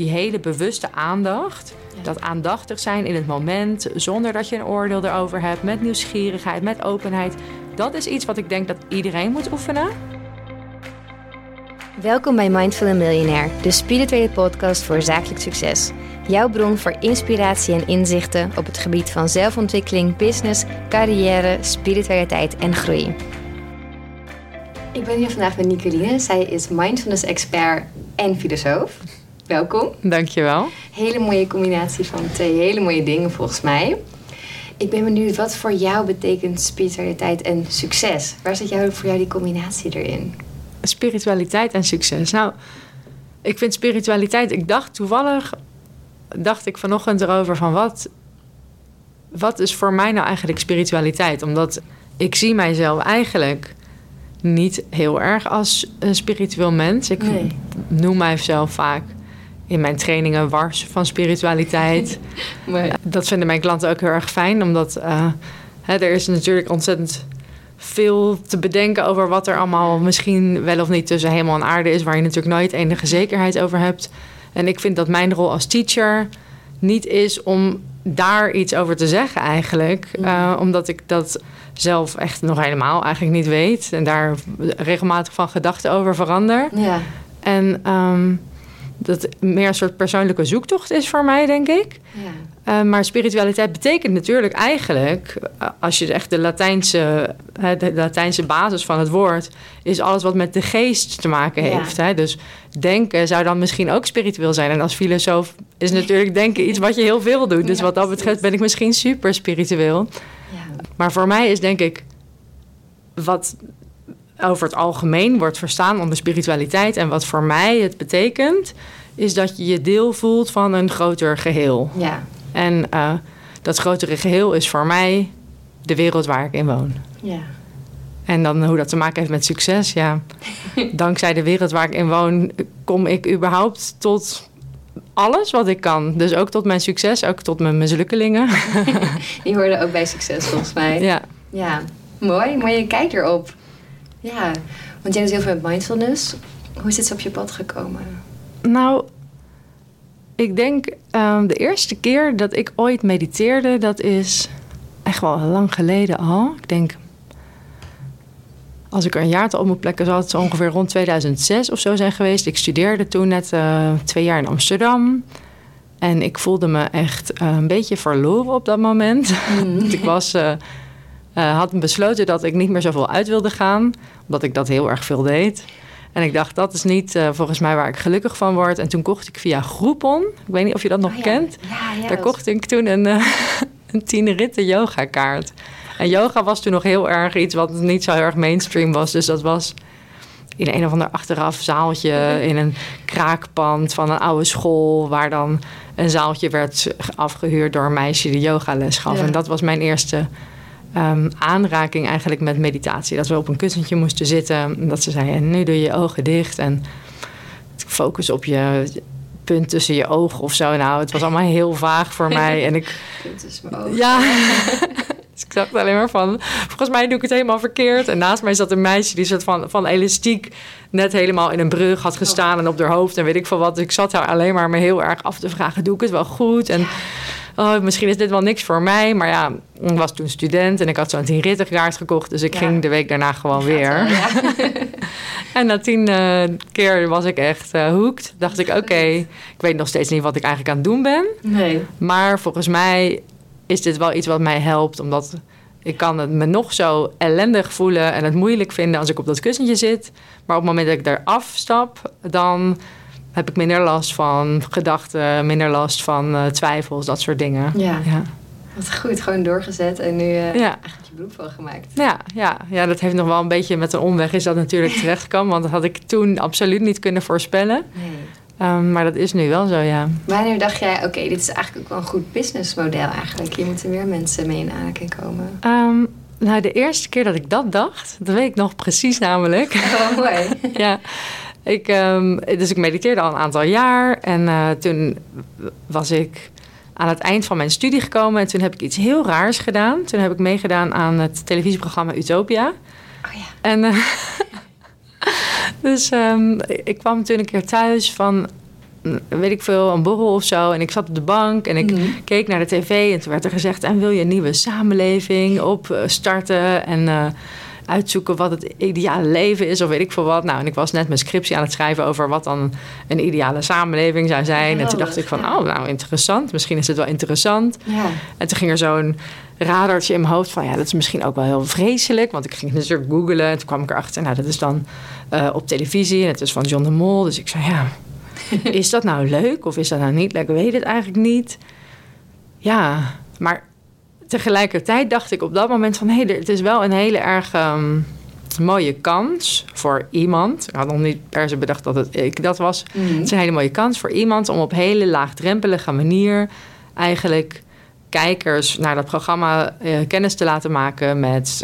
die hele bewuste aandacht. Ja. Dat aandachtig zijn in het moment, zonder dat je een oordeel erover hebt, met nieuwsgierigheid, met openheid. Dat is iets wat ik denk dat iedereen moet oefenen. Welkom bij Mindful & Millionaire, de spirituele podcast voor zakelijk succes. Jouw bron voor inspiratie en inzichten op het gebied van zelfontwikkeling, business, carrière, spiritualiteit en groei. Ik ben hier vandaag met Nicoline. Zij is mindfulness-expert en filosoof. Welkom. Dankjewel. Hele mooie combinatie van twee hele mooie dingen volgens mij. Ik ben benieuwd wat voor jou betekent spiritualiteit en succes. Waar zit voor jou die combinatie erin? Spiritualiteit en succes. Nou, ik vind spiritualiteit... Ik dacht ik vanochtend erover van wat is voor mij nou eigenlijk spiritualiteit? Omdat ik zie mijzelf eigenlijk niet heel erg als een spiritueel mens. Ik noem mijzelf vaak in mijn trainingen wars van spiritualiteit. Dat vinden mijn klanten ook heel erg fijn, omdat er is natuurlijk ontzettend veel te bedenken over wat er allemaal misschien wel of niet tussen hemel en aarde is, waar je natuurlijk nooit enige zekerheid over hebt. En ik vind dat mijn rol als teacher niet is om daar iets over te zeggen eigenlijk. Omdat ik dat zelf echt nog helemaal eigenlijk niet weet. En daar regelmatig van gedachten over verander. Ja. En dat meer een soort persoonlijke zoektocht is voor mij, denk ik. Ja. Maar spiritualiteit betekent natuurlijk eigenlijk, als je echt de Latijnse basis van het woord, is alles wat met de geest te maken heeft. Ja. Hè? Dus denken zou dan misschien ook spiritueel zijn. En als filosoof is natuurlijk denken iets wat je heel veel doet. Dus wat dat betreft ben ik misschien super spiritueel. Ja. Maar voor mij is denk ik wat over het algemeen wordt verstaan onder spiritualiteit en wat voor mij het betekent, is dat je je deel voelt van een groter geheel. Ja. En dat grotere geheel is voor mij de wereld waar ik in woon. Ja. En dan hoe dat te maken heeft met succes, ja. Dankzij de wereld waar ik in woon kom ik überhaupt tot alles wat ik kan. Dus ook tot mijn succes, ook tot mijn mislukkelingen. Die hoorden ook bij succes volgens mij. Ja. Ja, mooie kijk erop. Ja, want jij doet heel veel met mindfulness. Hoe is dit zo op je pad gekomen? Nou, ik denk de eerste keer dat ik ooit mediteerde, dat is echt wel lang geleden al. Ik denk, als ik er een jaartal op moet plekken, zal het zo ongeveer rond 2006 of zo zijn geweest. Ik studeerde toen net 2 jaar in Amsterdam. En ik voelde me echt een beetje verloren op dat moment. Ik had besloten dat ik niet meer zoveel uit wilde gaan, omdat ik dat heel erg veel deed. En ik dacht, dat is niet volgens mij waar ik gelukkig van word. En toen kocht ik via Groupon, ik weet niet of je dat nog kent. Ja, daar kocht ik toen een 10 ritten yoga kaart. En yoga was toen nog heel erg iets wat niet zo heel erg mainstream was. Dus dat was in een of ander achteraf zaaltje in een kraakpand van een oude school, waar dan een zaaltje werd afgehuurd door een meisje die yogales gaf. Ja. En dat was mijn eerste aanraking eigenlijk met meditatie. Dat we op een kussentje moesten zitten. En dat ze zei, en nu doe je je ogen dicht en focus op je punt tussen je ogen of zo. Nou, het was allemaal heel vaag voor mij. En punt tussen mijn ogen. Ja. Dus ik dacht alleen maar van, volgens mij doe ik het helemaal verkeerd. En naast mij zat een meisje die soort van elastiek net helemaal in een brug had gestaan en op haar hoofd en weet ik veel wat. Dus ik zat haar alleen maar me heel erg af te vragen, doe ik het wel goed? En misschien is dit wel niks voor mij. Maar ja, ik was toen student en ik had zo'n 10 rittenkaart gekocht. Dus ik ging de week daarna gewoon weer. En na 10 keer was ik echt hooked. Dacht ik, oké, ik weet nog steeds niet wat ik eigenlijk aan het doen ben. Nee. Maar volgens mij is dit wel iets wat mij helpt. Omdat ik kan het me nog zo ellendig voelen en het moeilijk vinden als ik op dat kussentje zit. Maar op het moment dat ik daar afstap, dan heb ik minder last van gedachten, minder last van twijfels, dat soort dingen. Ja. Wat goed, gewoon doorgezet en nu eigenlijk je beroep van gemaakt. Ja, dat heeft nog wel een beetje met een omweg is dat natuurlijk terechtgekomen. Want dat had ik toen absoluut niet kunnen voorspellen. Nee. Maar dat is nu wel zo, ja. Wanneer dacht jij, oké, dit is eigenlijk ook wel een goed businessmodel eigenlijk. Hier moeten meer mensen mee in aanraking komen. Nou, de eerste keer dat ik dat dacht, dat weet ik nog precies namelijk. Oh, mooi. Ja. Dus ik mediteerde al een aantal jaar. En toen was ik aan het eind van mijn studie gekomen. En toen heb ik iets heel raars gedaan. Toen heb ik meegedaan aan het televisieprogramma Utopia. Oh ja. En dus ik kwam toen een keer thuis van weet ik veel, een borrel of zo. En ik zat op de bank en ik keek naar de tv. En toen werd er gezegd, en wil je een nieuwe samenleving opstarten? En uitzoeken wat het ideale leven is of weet ik veel wat. Nou, en ik was net mijn scriptie aan het schrijven over wat dan een ideale samenleving zou zijn. En toen dacht ik van, nou interessant. Misschien is het wel interessant. Ja. En toen ging er zo'n radartje in mijn hoofd van, dat is misschien ook wel heel vreselijk. Want ik ging natuurlijk googlen en toen kwam ik erachter, nou, dat is dan op televisie en het is van John de Mol. Dus ik zei, is dat nou leuk of is dat nou niet leuk? Ik weet het eigenlijk niet. Ja, maar tegelijkertijd dacht ik op dat moment van, het is wel een hele erg mooie kans voor iemand. Ik had nog niet per se bedacht dat ik dat was. Het is een hele mooie kans voor iemand om op hele laagdrempelige manier eigenlijk kijkers naar dat programma kennis te laten maken met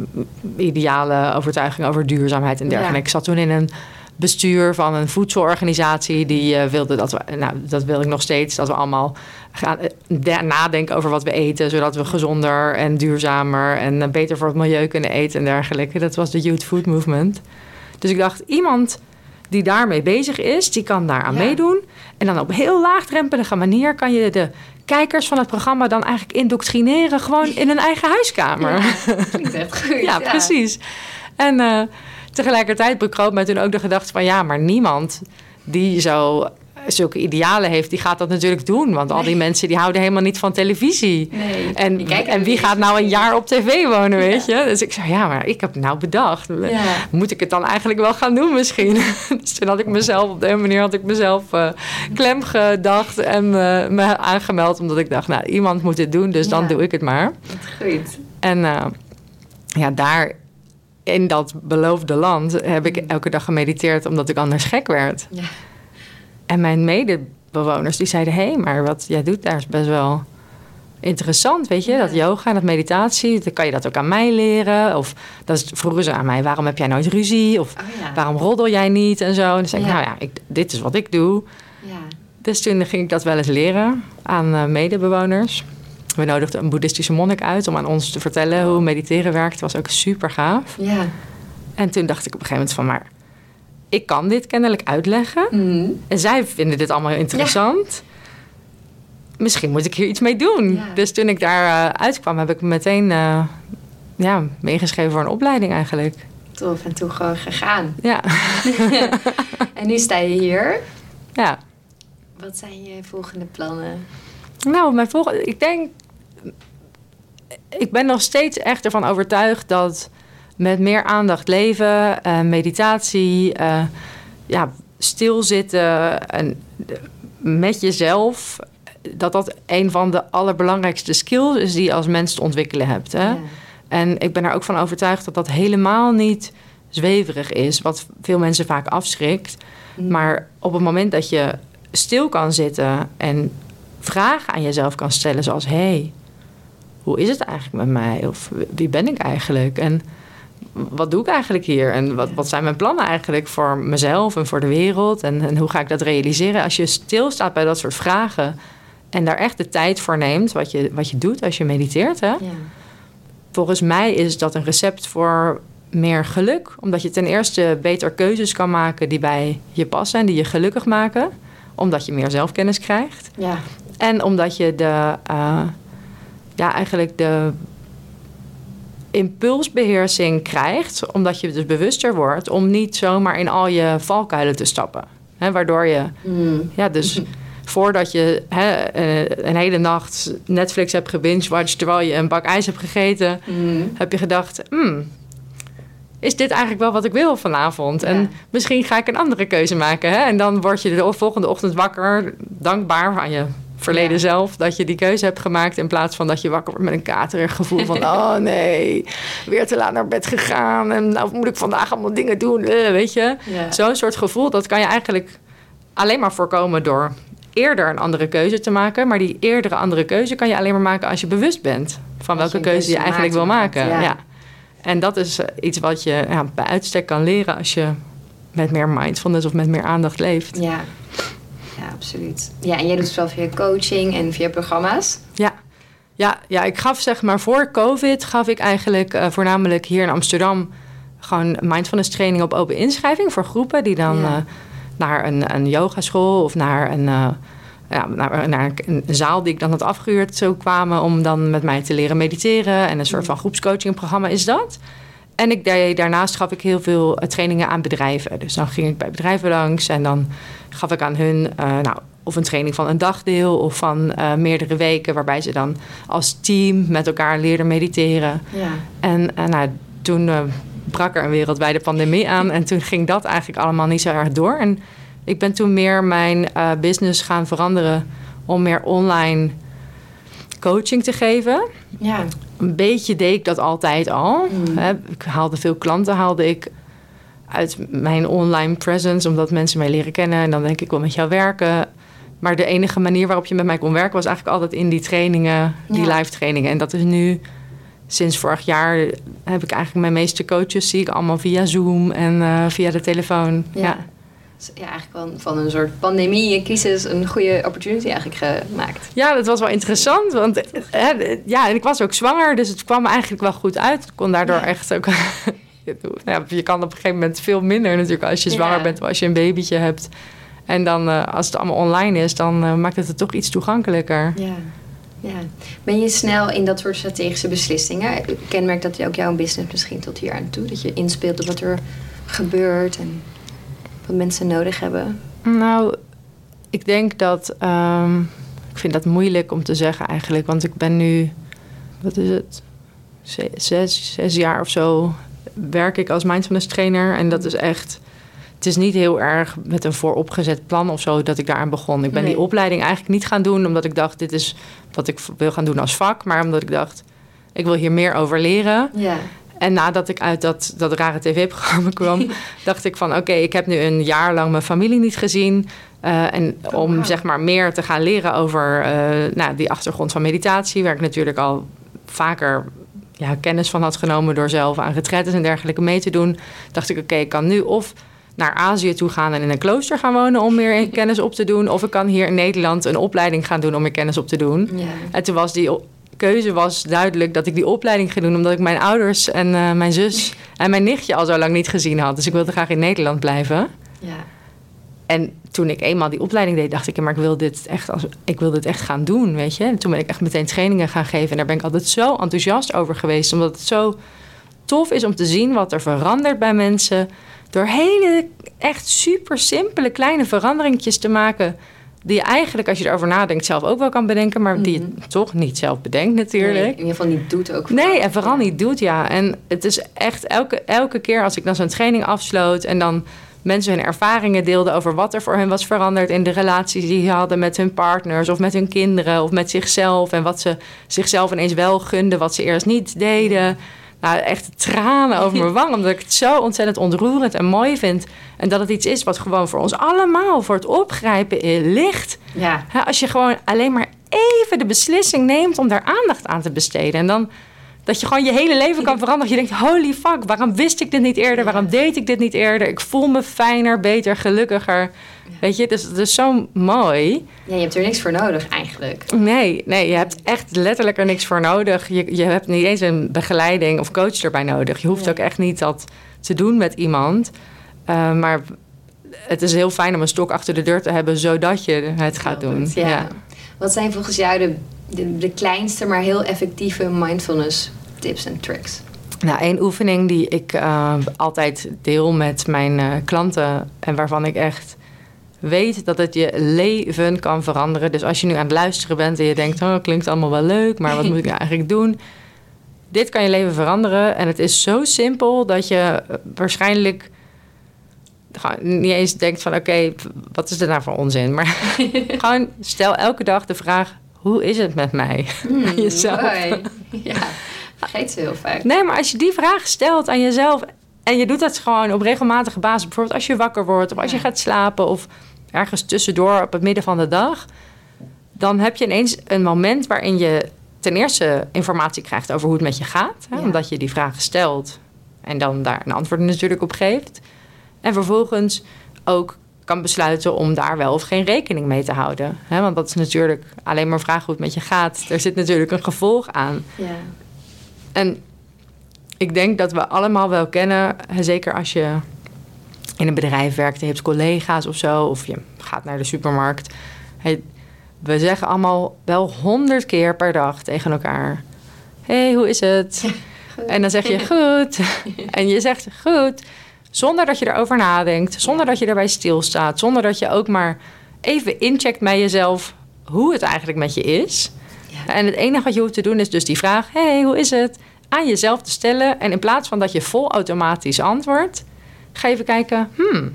ideale overtuigingen over duurzaamheid en dergelijke. Ik zat toen in een bestuur van een voedselorganisatie die wilde dat wil ik nog steeds, dat we allemaal gaan nadenken over wat we eten, zodat we gezonder en duurzamer en beter voor het milieu kunnen eten en dergelijke. Dat was de Youth Food Movement. Dus ik dacht, iemand die daarmee bezig is, die kan daaraan meedoen. En dan op heel laagdrempelige manier kan je de kijkers van het programma dan eigenlijk indoctrineren gewoon in hun eigen huiskamer. Ja, klinkt echt goed. Ja, precies. En tegelijkertijd bekroop mij toen ook de gedachte van, maar niemand die zulke idealen heeft, die gaat dat natuurlijk doen. Want al die mensen die houden helemaal niet van televisie. Nee. En wie gaat nou een jaar op tv wonen, weet je? Dus ik zei, maar ik heb nou bedacht. Ja. Moet ik het dan eigenlijk wel gaan doen misschien? Dus toen had ik mezelf op de manier klem gedacht en me aangemeld. Omdat ik dacht, iemand moet dit doen, dus dan doe ik het maar. Goed. En daar in dat beloofde land heb ik elke dag gemediteerd omdat ik anders gek werd. Ja. En mijn medebewoners die zeiden, maar wat jij doet daar is best wel interessant, weet je. Ja. Dat yoga en dat meditatie, dan kan je dat ook aan mij leren. Of vroegen ze aan mij, waarom heb jij nooit ruzie? Of waarom roddel jij niet? En zo. En dan zei ik, dit is wat ik doe. Ja. Dus toen ging ik dat wel eens leren aan medebewoners. We nodigden een boeddhistische monnik uit om aan ons te vertellen hoe mediteren werkt. Dat was ook super gaaf. Ja. En toen dacht ik op een gegeven moment van, ik kan dit kennelijk uitleggen. En zij vinden dit allemaal heel interessant. Ja. Misschien moet ik hier iets mee doen. Ja. Dus toen ik daar uitkwam, heb ik meteen meegeschreven voor een opleiding eigenlijk. Tof, en toen gewoon gegaan. Ja. En nu sta je hier. Ja. Wat zijn je volgende plannen? Nou, ik ben nog steeds echt ervan overtuigd dat met meer aandacht leven, meditatie, stilzitten en met jezelf, dat een van de allerbelangrijkste skills is die je als mens te ontwikkelen hebt. Hè? Ja. En ik ben er ook van overtuigd dat dat helemaal niet zweverig is, wat veel mensen vaak afschrikt. Maar op het moment dat je stil kan zitten en vragen aan jezelf kan stellen, zoals, hoe is het eigenlijk met mij? Of wie ben ik eigenlijk? En wat doe ik eigenlijk hier? En wat zijn mijn plannen eigenlijk voor mezelf en voor de wereld? En hoe ga ik dat realiseren? Als je stilstaat bij dat soort vragen en daar echt de tijd voor neemt, wat je doet als je mediteert, hè? Ja. Volgens mij is dat een recept voor meer geluk. Omdat je ten eerste beter keuzes kan maken die bij je passen en die je gelukkig maken. Omdat je meer zelfkennis krijgt. Ja. En omdat je eigenlijk de impulsbeheersing krijgt, omdat je dus bewuster wordt om niet zomaar in al je valkuilen te stappen. Hè, waardoor je, voordat je een hele nacht Netflix hebt gebingewatcht terwijl je een bak ijs hebt gegeten, heb je gedacht, is dit eigenlijk wel wat ik wil vanavond? Ja. En misschien ga ik een andere keuze maken. Hè? En dan word je de volgende ochtend wakker, dankbaar aan je verleden zelf, dat je die keuze hebt gemaakt, in plaats van dat je wakker wordt met een katerig gevoel van, oh nee, weer te laat naar bed gegaan en nou moet ik vandaag allemaal dingen doen, weet je. Ja. Zo'n soort gevoel, dat kan je eigenlijk alleen maar voorkomen door eerder een andere keuze te maken, maar die eerdere andere keuze kan je alleen maar maken als je bewust bent van welke keuze je eigenlijk wil maken. Ja. En dat is iets wat je bij uitstek kan leren als je met meer mindfulness of met meer aandacht leeft. Ja, absoluut. Ja, en jij doet het wel via coaching en via programma's? Ja, ik gaf voor COVID gaf ik eigenlijk voornamelijk hier in Amsterdam gewoon mindfulness training op open inschrijving voor groepen die dan naar een yogaschool of naar een zaal die ik dan had afgehuurd zo kwamen om dan met mij te leren mediteren. En een soort van groepscoachingprogramma is dat. En daarnaast gaf ik heel veel trainingen aan bedrijven. Dus dan ging ik bij bedrijven langs en dan gaf ik aan hun of een training van een dagdeel of van meerdere weken, waarbij ze dan als team met elkaar leerden mediteren. Ja. En toen brak er een wereldwijde pandemie aan en toen ging dat eigenlijk allemaal niet zo erg door. En ik ben toen meer mijn business gaan veranderen om meer online coaching te geven. Ja. Een beetje deed ik dat altijd al. Ik haalde veel klanten uit mijn online presence, omdat mensen mij leren kennen en dan denk ik wil met jou werken. Maar de enige manier waarop je met mij kon werken was eigenlijk altijd in die trainingen, die live trainingen. En dat is nu, sinds vorig jaar heb ik eigenlijk mijn meeste coaches zie ik allemaal via Zoom en via de telefoon. Ja. Ja, eigenlijk van een soort pandemie en crisis een goede opportunity eigenlijk gemaakt. Ja, dat was wel interessant. Want en ik was ook zwanger, dus het kwam eigenlijk wel goed uit. Ik kon daardoor echt ook... je kan op een gegeven moment veel minder natuurlijk als je zwanger bent of als je een babytje hebt. En dan als het allemaal online is, dan maakt het toch iets toegankelijker. Ja. Ben je snel in dat soort strategische beslissingen? Kenmerkt dat ook jouw business misschien tot hier aan toe? Dat je inspeelt op wat er gebeurt en wat mensen nodig hebben? Nou, ik denk dat... ik vind dat moeilijk om te zeggen eigenlijk. Want ik ben nu... Wat is het? 6 jaar of zo werk ik als mindfulness trainer. En dat is echt... Het is niet heel erg met een vooropgezet plan of zo dat ik daaraan begon. Ik ben die opleiding eigenlijk niet gaan doen omdat ik dacht, dit is wat ik wil gaan doen als vak. Maar omdat ik dacht, ik wil hier meer over leren. Ja. En nadat ik uit dat rare tv-programma kwam, dacht ik van oké, ik heb nu een jaar lang mijn familie niet gezien. Om zeg maar meer te gaan leren over die achtergrond van meditatie, waar ik natuurlijk al vaker kennis van had genomen door zelf aan retraites en dergelijke mee te doen. Dacht ik oké, ik kan nu of naar Azië toe gaan en in een klooster gaan wonen om meer kennis op te doen. Of ik kan hier in Nederland een opleiding gaan doen om meer kennis op te doen. Ja. En toen was die keuze duidelijk dat ik die opleiding ging doen, omdat ik mijn ouders en mijn zus en mijn nichtje al zo lang niet gezien had. Dus ik wilde graag in Nederland blijven. Ja. En toen ik eenmaal die opleiding deed, dacht ik, maar ik wil dit echt gaan doen, weet je. En toen ben ik echt meteen trainingen gaan geven. En daar ben ik altijd zo enthousiast over geweest, omdat het zo tof is om te zien wat er verandert bij mensen door hele, echt super simpele kleine veranderingjes te maken die je eigenlijk, als je erover nadenkt, zelf ook wel kan bedenken, maar die je toch niet zelf bedenkt natuurlijk. Nee, in ieder geval niet doet ook. Nee, en vooral niet doet, ja. En het is echt elke keer als ik dan zo'n training afsloot en dan mensen hun ervaringen deelden over wat er voor hen was veranderd in de relaties die ze hadden met hun partners of met hun kinderen of met zichzelf en wat ze zichzelf ineens wel gunden, wat ze eerst niet deden. Nou, echt tranen over mijn wang, omdat ik het zo ontzettend ontroerend en mooi vind. En dat het iets is wat gewoon voor ons allemaal voor het opgrijpen ligt. Ja. Als je gewoon alleen maar even de beslissing neemt om daar aandacht aan te besteden. En dan dat je gewoon je hele leven kan veranderen. Je denkt, holy fuck, waarom wist ik dit niet eerder? Waarom deed ik dit niet eerder? Ik voel me fijner, beter, gelukkiger. Ja. Weet je, dus het is zo mooi. Ja, je hebt er niks voor nodig eigenlijk. Nee, je hebt echt letterlijk er niks voor nodig. Je hebt niet eens een begeleiding of coach erbij nodig. Je hoeft ook echt niet dat te doen met iemand. Maar het is heel fijn om een stok achter de deur te hebben, zodat je het gaat doen. Ja. Wat zijn volgens jou de kleinste, maar heel effectieve mindfulness tips en tricks? Nou, één oefening die ik altijd deel met mijn klanten en waarvan ik echt weet dat het je leven kan veranderen. Dus als je nu aan het luisteren bent en je denkt, klinkt allemaal wel leuk, maar wat moet ik nou eigenlijk doen? Dit kan je leven veranderen en het is zo simpel dat je waarschijnlijk niet eens denkt van oké, wat is dit nou voor onzin? Maar gewoon stel elke dag de vraag, hoe is het met mij? Aan jezelf. Mooi. Ja, vergeet ze heel vaak. Nee, maar als je die vraag stelt aan jezelf en je doet dat gewoon op regelmatige basis, bijvoorbeeld als je wakker wordt of als je gaat slapen of ergens tussendoor op het midden van de dag, dan heb je ineens een moment waarin je ten eerste informatie krijgt over hoe het met je gaat. Hè, omdat je die vraag stelt en dan daar een antwoord natuurlijk op geeft. En vervolgens ook kan besluiten om daar wel of geen rekening mee te houden. Hè, want dat is natuurlijk alleen maar vragen hoe het met je gaat. Er zit natuurlijk een gevolg aan. Ja. En ik denk dat we allemaal wel kennen, zeker als je in een bedrijf werkt en je hebt collega's of zo, of je gaat naar de supermarkt. We zeggen allemaal wel 100 keer per dag tegen elkaar: hey, hoe is het? En dan zeg je goed. En je zegt goed, zonder dat je erover nadenkt, zonder dat je erbij stilstaat, zonder dat je ook maar even incheckt bij jezelf hoe het eigenlijk met je is. Ja. En het enige wat je hoeft te doen is dus die vraag: hey, hoe is het? Aan jezelf te stellen. En in plaats van dat je vol automatisch antwoordt, ga even kijken: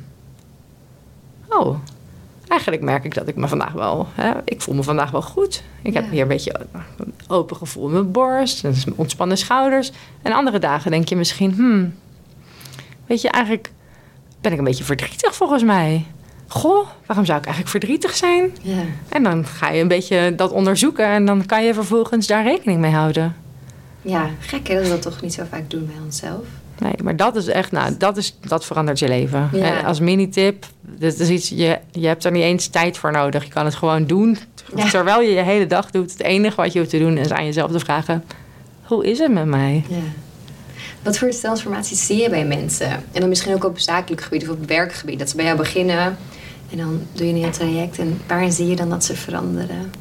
oh, eigenlijk merk ik dat ik me vandaag wel... ik voel me vandaag wel goed. Ik heb hier een beetje een open gevoel in mijn borst, ontspannen schouders. En andere dagen denk je misschien: weet je, eigenlijk ben ik een beetje verdrietig volgens mij. Goh, waarom zou ik eigenlijk verdrietig zijn? Ja. En dan ga je een beetje dat onderzoeken en dan kan je vervolgens daar rekening mee houden. Ja, gek hè, dat we dat toch niet zo vaak doen bij onszelf. Nee, maar dat is echt, dat verandert je leven. Ja. Als mini-tip, dat is iets, je hebt er niet eens tijd voor nodig. Je kan het gewoon doen, terwijl je hele dag doet. Het enige wat je hoeft te doen is aan jezelf te vragen: hoe is het met mij? Ja. Wat voor transformaties zie je bij mensen? En dan misschien ook op zakelijk gebied of op werkgebied. Dat ze bij jou beginnen en dan doe je een heel traject. En waarin zie je dan dat ze veranderen?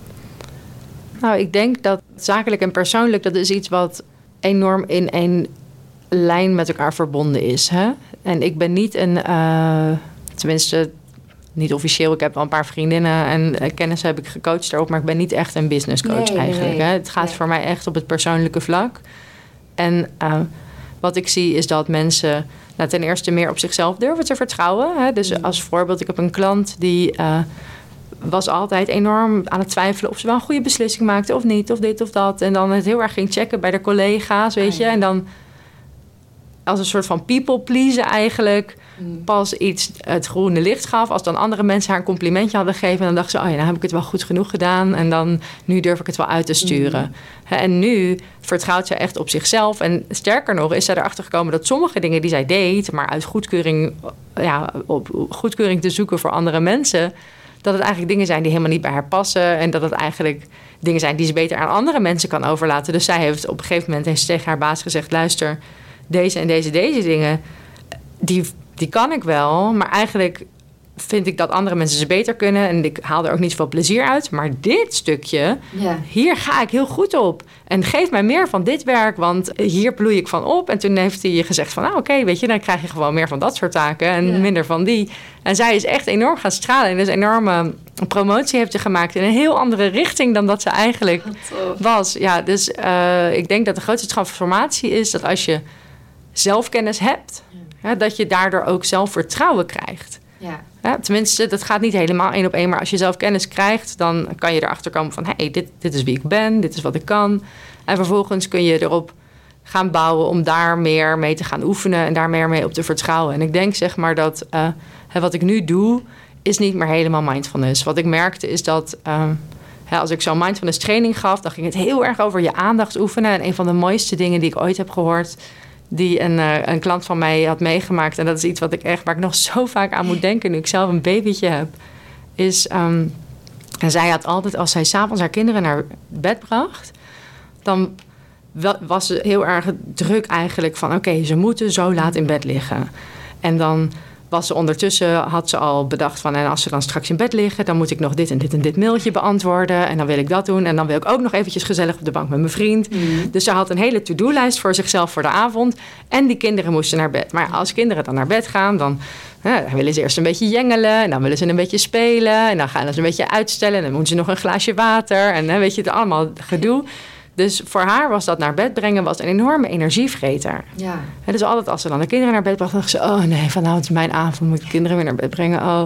Nou, ik denk dat zakelijk en persoonlijk, dat is iets wat enorm in één lijn met elkaar verbonden is. Hè? En ik ben niet tenminste niet officieel, ik heb wel een paar vriendinnen en kennissen heb ik gecoacht daarop, maar ik ben niet echt een business coach eigenlijk. Nee. Hè? Het gaat voor mij echt op het persoonlijke vlak. En wat ik zie is dat mensen ten eerste meer op zichzelf durven te vertrouwen. Hè? Dus als voorbeeld, ik heb een klant die was altijd enorm aan het twijfelen of ze wel een goede beslissing maakte of niet, of dit of dat. En dan het heel erg ging checken bij de collega's, weet je. En dan als een soort van people pleasen eigenlijk pas iets het groene licht gaf. Als dan andere mensen haar een complimentje hadden gegeven, dan dacht ze: oh ja, nou heb ik het wel goed genoeg gedaan. En dan nu durf ik het wel uit te sturen. En nu vertrouwt ze echt op zichzelf. En sterker nog is zij erachter gekomen dat sommige dingen die zij deed, maar uit goedkeuring, op goedkeuring te zoeken voor andere mensen, dat het eigenlijk dingen zijn die helemaal niet bij haar passen. En dat het eigenlijk dingen zijn die ze beter aan andere mensen kan overlaten. Dus zij heeft op een gegeven moment tegen haar baas gezegd: luister, deze en deze dingen, die kan ik wel. Maar eigenlijk vind ik dat andere mensen ze beter kunnen. En ik haal er ook niet zoveel plezier uit. Maar dit stukje, hier ga ik heel goed op. En geef mij meer van dit werk, want hier bloei ik van op. En toen heeft hij gezegd van, oké, weet je, dan krijg je gewoon meer van dat soort taken en minder van die. En zij is echt enorm gaan stralen. En dus een enorme promotie heeft ze gemaakt in een heel andere richting dan dat ze eigenlijk was. Ja, dus ik denk dat de grootste transformatie is dat als je zelfkennis hebt, dat je daardoor ook zelfvertrouwen krijgt. Ja. Ja, tenminste, dat gaat niet helemaal 1 op 1, maar als je zelf kennis krijgt, dan kan je erachter komen van, hey, dit is wie ik ben, dit is wat ik kan. En vervolgens kun je erop gaan bouwen om daar meer mee te gaan oefenen en daar meer mee op te vertrouwen. En ik denk zeg maar dat wat ik nu doe, is niet meer helemaal mindfulness. Wat ik merkte is dat als ik zo'n mindfulness training gaf, dan ging het heel erg over je aandacht oefenen. En een van de mooiste dingen die ik ooit heb gehoord, die een klant van mij had meegemaakt, en dat is iets wat waar ik nog zo vaak aan moet denken nu ik zelf een babytje heb, is en zij had altijd, als zij 's avonds haar kinderen naar bed bracht, dan was ze heel erg druk eigenlijk van oké, ze moeten zo laat in bed liggen. En dan was ze ondertussen, had ze al bedacht van, en als ze dan straks in bed liggen, dan moet ik nog dit en dit en dit mailtje beantwoorden. En dan wil ik dat doen. En dan wil ik ook nog eventjes gezellig op de bank met mijn vriend. Dus ze had een hele to-do-lijst voor zichzelf voor de avond. En die kinderen moesten naar bed. Maar als kinderen dan naar bed gaan, dan willen ze eerst een beetje jengelen. En dan willen ze een beetje spelen. En dan gaan ze een beetje uitstellen. En dan moeten ze nog een glaasje water. En weet je, het allemaal gedoe. Dus voor haar was dat naar bed brengen was een enorme energievreter. Ja. En dus altijd als ze dan de kinderen naar bed bracht, dacht ze, oh nee, vanavond is mijn avond, moet ik de kinderen weer naar bed brengen. Oh,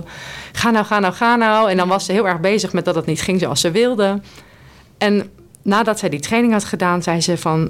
ga nou. En dan was ze heel erg bezig met dat het niet ging zoals ze wilde. En nadat zij die training had gedaan, zei ze van,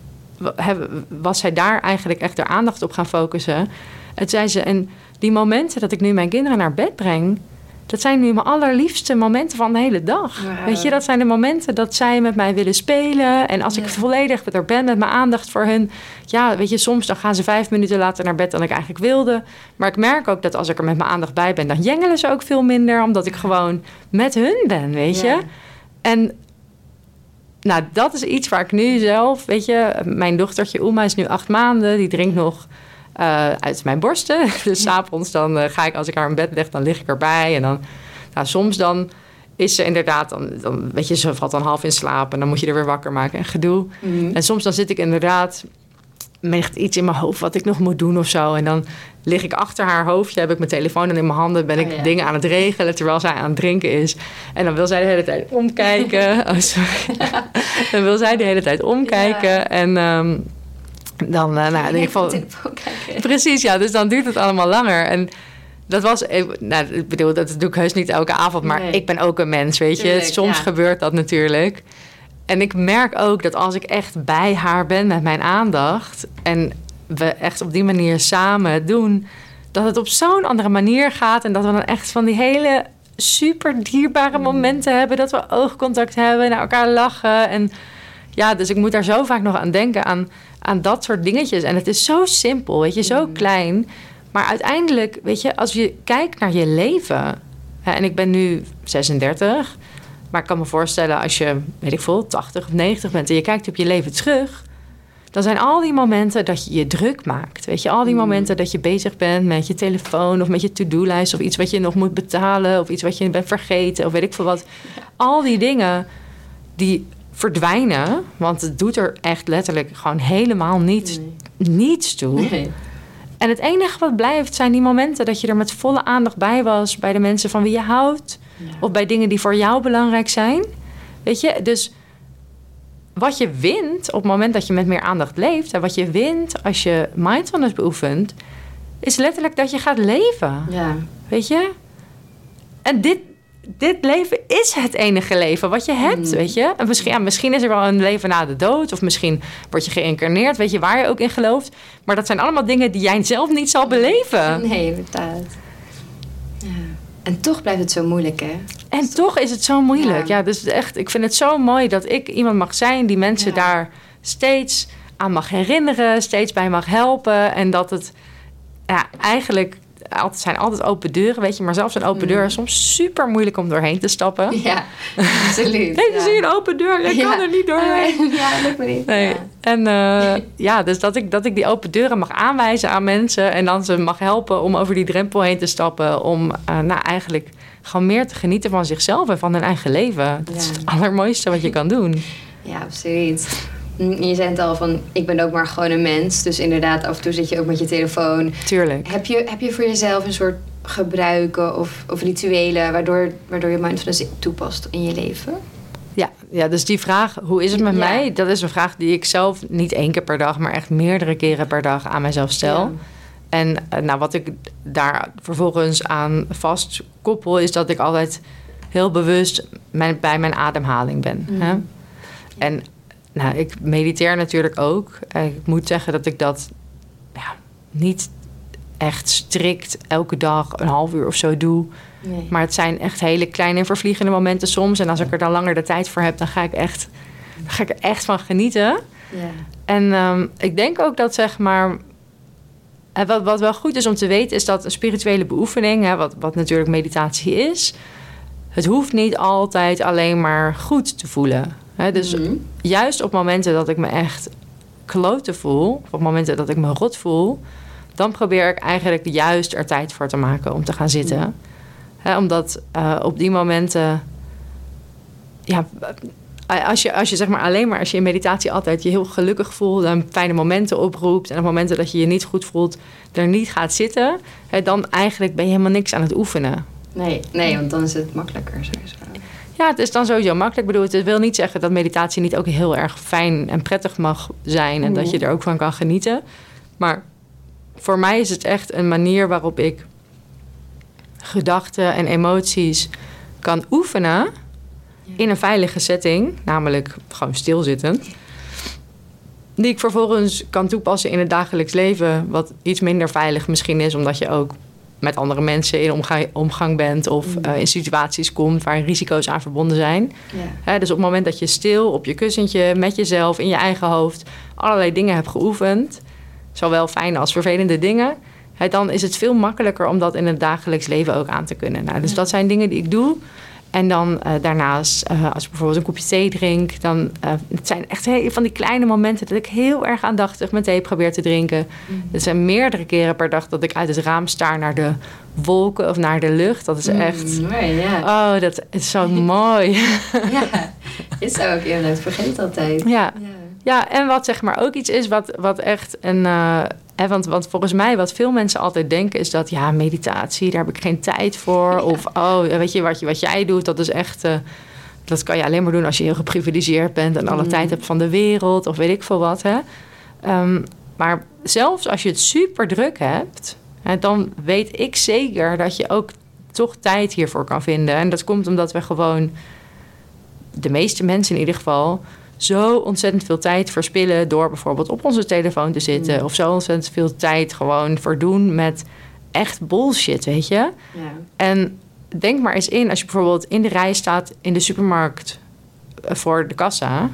was zij daar eigenlijk echt haar aandacht op gaan focussen. En zei ze, en die momenten dat ik nu mijn kinderen naar bed breng, dat zijn nu mijn allerliefste momenten van de hele dag. Wow. Weet je, dat zijn de momenten dat zij met mij willen spelen. En als ik volledig er ben met mijn aandacht voor hun, ja, weet je, soms dan gaan ze 5 minuten later naar bed dan ik eigenlijk wilde. Maar ik merk ook dat als ik er met mijn aandacht bij ben, dan jengelen ze ook veel minder, omdat ik gewoon met hun ben, weet je. En nou, dat is iets waar ik nu zelf, weet je, mijn dochtertje Uma is nu 8 maanden, die drinkt nog uit mijn borsten. Dus 's avonds dan ga ik, als ik haar in bed leg, dan lig ik erbij. En dan, soms dan is ze inderdaad, dan weet je, ze valt dan half in slaap. En dan moet je er weer wakker maken en gedoe. En soms dan zit ik inderdaad met iets in mijn hoofd wat ik nog moet doen of zo. En dan lig ik achter haar hoofdje, heb ik mijn telefoon dan in mijn handen, ben ik dingen aan het regelen terwijl zij aan het drinken is. En dan wil zij de hele tijd omkijken. Dan wil zij de hele tijd omkijken. En dan, in ieder geval. Precies, ja. Dus dan duurt het allemaal langer. En dat was, ik bedoel, dat doe ik heus niet elke avond, maar ik ben ook een mens, weet je. Tuurlijk, soms gebeurt dat natuurlijk. En ik merk ook dat als ik echt bij haar ben met mijn aandacht en we echt op die manier samen het doen, dat het op zo'n andere manier gaat en dat we dan echt van die hele super dierbare momenten hebben, dat we oogcontact hebben, naar elkaar lachen. En ja, dus ik moet daar zo vaak nog aan denken, aan dat soort dingetjes. En het is zo simpel, weet je, zo klein. Maar uiteindelijk, weet je, als je kijkt naar je leven, en ik ben nu 36, maar ik kan me voorstellen als je, weet ik veel, 80 of 90 bent en je kijkt op je leven terug, dan zijn al die momenten dat je je druk maakt. Weet je, al die momenten dat je bezig bent met je telefoon of met je to-do-lijst of iets wat je nog moet betalen of iets wat je bent vergeten of weet ik veel wat. Al die dingen die verdwijnen, want het doet er echt letterlijk gewoon helemaal niets toe. Nee. En het enige wat blijft zijn die momenten dat je er met volle aandacht bij was, bij de mensen van wie je houdt, of bij dingen die voor jou belangrijk zijn. Weet je, dus wat je wint op het moment dat je met meer aandacht leeft, en wat je wint als je mindfulness beoefent, is letterlijk dat je gaat leven. Ja. Weet je? En dit leven is het enige leven wat je hebt, weet je? En misschien is er wel een leven na de dood, of misschien word je geïncarneerd, weet je, waar je ook in gelooft. Maar dat zijn allemaal dingen die jij zelf niet zal beleven. Nee, inderdaad. Ja. En toch blijft het zo moeilijk, hè? En toch is het zo moeilijk. Ja, dus echt, ik vind het zo mooi dat ik iemand mag zijn die mensen daar steeds aan mag herinneren, steeds bij mag helpen. En dat het eigenlijk zijn altijd open deuren, weet je. Maar zelfs een open deur is soms super moeilijk om doorheen te stappen. Ja, absoluut. Hey, zie je een open deur? Ik kan er niet doorheen. Ja, dat lukt me niet. Nee. Ja. En dus dat ik die open deuren mag aanwijzen aan mensen en dan ze mag helpen om over die drempel heen te stappen. Om eigenlijk gewoon meer te genieten van zichzelf en van hun eigen leven. Dat is het allermooiste wat je kan doen. Ja, absoluut. Je zei het al van, ik ben ook maar gewoon een mens. Dus inderdaad, af en toe zit je ook met je telefoon. Tuurlijk. Heb je voor jezelf een soort gebruiken of rituelen waardoor je mindfulness toepast in je leven? Ja, dus die vraag, hoe is het met mij? Dat is een vraag die ik zelf niet 1 keer per dag, maar echt meerdere keren per dag aan mijzelf stel. Ja. En wat ik daar vervolgens aan vast koppel, is dat ik altijd heel bewust bij mijn ademhaling ben. Hè? En ik mediteer natuurlijk ook. Ik moet zeggen dat ik dat niet echt strikt elke dag een half uur of zo doe. Nee. Maar het zijn echt hele kleine en vervliegende momenten soms. En als ik er dan langer de tijd voor heb, dan ga ik er echt van genieten. Ja. En ik denk ook dat, zeg maar, wat wel goed is om te weten, is dat een spirituele beoefening, wat natuurlijk meditatie is, het hoeft niet altijd alleen maar goed te voelen. Dus juist op momenten dat ik me echt kloten voel, op momenten dat ik me rot voel, dan probeer ik eigenlijk juist er tijd voor te maken om te gaan zitten. Omdat op die momenten, als je zeg maar alleen maar als je in meditatie altijd je heel gelukkig voelt en fijne momenten oproept en op momenten dat je je niet goed voelt, er niet gaat zitten, dan eigenlijk ben je helemaal niks aan het oefenen. Nee, want dan is het makkelijker sowieso. Ja, het is dan sowieso makkelijk. Ik bedoel, het wil niet zeggen dat meditatie niet ook heel erg fijn en prettig mag zijn en dat je er ook van kan genieten. Maar voor mij is het echt een manier waarop ik gedachten en emoties kan oefenen in een veilige setting, namelijk gewoon stilzitten, die ik vervolgens kan toepassen in het dagelijks leven, wat iets minder veilig misschien is, omdat je ook met andere mensen in omgang bent of in situaties komt waar risico's aan verbonden zijn. Ja. Dus op het moment dat je stil op je kussentje met jezelf in je eigen hoofd allerlei dingen hebt geoefend, zowel fijne als vervelende dingen, dan is het veel makkelijker om dat in het dagelijks leven ook aan te kunnen. Dus dat zijn dingen die ik doe. En dan daarnaast, als ik bijvoorbeeld een kopje thee drink... dan het zijn echt van die kleine momenten... dat ik heel erg aandachtig mijn thee probeer te drinken. Het zijn meerdere keren per dag dat ik uit het raam staar... naar de wolken of naar de lucht. Dat is echt... Mooi, ja. Oh, dat is zo mooi. Ja, is zou ik inderdaad vergeten altijd. Ja, en wat zeg maar ook iets is wat echt een... want volgens mij wat veel mensen altijd denken is dat... ja, meditatie, daar heb ik geen tijd voor. Ja. Of, weet je, wat jij doet, dat is echt... dat kan je alleen maar doen als je heel geprivilegeerd bent... en alle tijd hebt van de wereld of weet ik veel wat. Hè? Maar zelfs als je het super druk hebt... dan weet ik zeker dat je ook toch tijd hiervoor kan vinden. En dat komt omdat we gewoon... de meeste mensen in ieder geval... zo ontzettend veel tijd verspillen... door bijvoorbeeld op onze telefoon te zitten... of zo ontzettend veel tijd gewoon verdoen met echt bullshit, weet je? Ja. En denk maar eens in, als je bijvoorbeeld in de rij staat... in de supermarkt voor de kassa...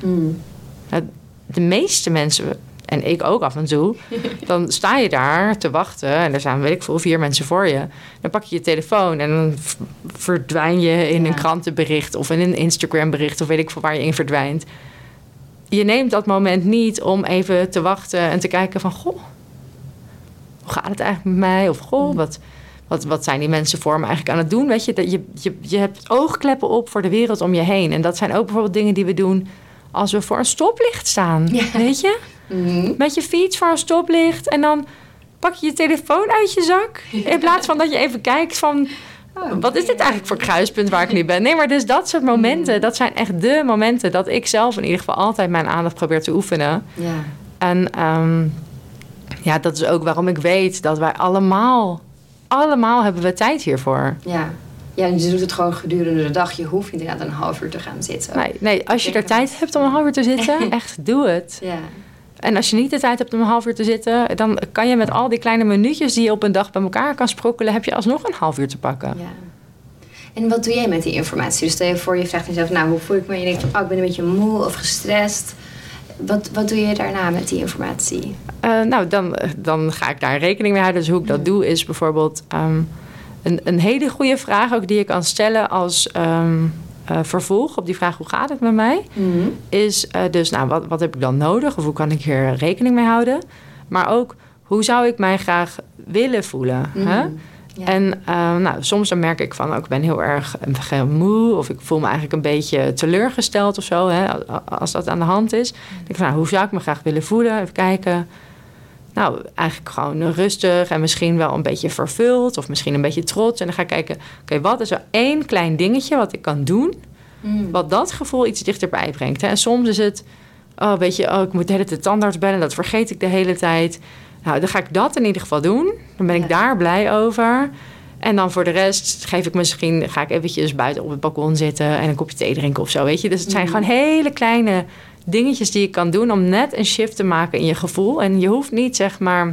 de meeste mensen, en ik ook af en toe... dan sta je daar te wachten... en er staan, weet ik veel, 4 mensen voor je. Dan pak je je telefoon en dan verdwijn je in een krantenbericht... of in een Instagram-bericht of weet ik veel waar je in verdwijnt... Je neemt dat moment niet om even te wachten en te kijken van... goh, hoe gaat het eigenlijk met mij? Of goh, wat zijn die mensen voor me eigenlijk aan het doen? Weet je, je hebt oogkleppen op voor de wereld om je heen. En dat zijn ook bijvoorbeeld dingen die we doen als we voor een stoplicht staan. Ja. Weet je? Met je fiets voor een stoplicht en dan pak je je telefoon uit je zak. In plaats van dat je even kijkt van... wat is dit eigenlijk voor kruispunt waar ik nu ben? Nee, maar dus dat soort momenten... dat zijn echt de momenten dat ik zelf in ieder geval... altijd mijn aandacht probeer te oefenen. Ja. En dat is ook waarom ik weet... dat wij allemaal hebben we tijd hiervoor. Ja, en je doet het gewoon gedurende de dag. Je hoeft niet inderdaad een half uur te gaan zitten. Nee, als je er tijd hebt om een half uur te zitten... echt, doe het. Ja. En als je niet de tijd hebt om een half uur te zitten... dan kan je met al die kleine minuutjes die je op een dag bij elkaar kan sprokkelen... heb je alsnog een half uur te pakken. Ja. En wat doe jij met die informatie? Dus stel je voor, je vraagt jezelf... nou, hoe voel ik me? En je denkt van, ik ben een beetje moe of gestrest. Wat doe je daarna met die informatie? Dan ga ik daar rekening mee houden. Dus hoe ik dat doe is bijvoorbeeld... een hele goede vraag ook die je kan stellen als... vervolg op die vraag, hoe gaat het met mij? Is dus, wat heb ik dan nodig? Of hoe kan ik hier rekening mee houden? Maar ook, hoe zou ik mij graag willen voelen? Hè? Ja. En soms dan merk ik van, ik ben heel erg moe... of ik voel me eigenlijk een beetje teleurgesteld of zo... Hè, als dat aan de hand is. Dan denk ik van, hoe zou ik me graag willen voelen? Even kijken... Nou, eigenlijk gewoon rustig en misschien wel een beetje vervuld... of misschien een beetje trots. En dan ga ik kijken, oké, wat is er 1 klein dingetje wat ik kan doen... wat dat gevoel iets dichterbij brengt. Hè? En soms is het, ik moet de hele tijd de tandarts bellen... dat vergeet ik de hele tijd. Nou, dan ga ik dat in ieder geval doen. Dan ben ik daar blij over. En dan voor de rest ga ik eventjes buiten op het balkon zitten... en een kopje thee drinken of zo, weet je. Dus het zijn gewoon hele kleine... dingetjes die je kan doen om net een shift te maken in je gevoel. En je hoeft niet, zeg maar,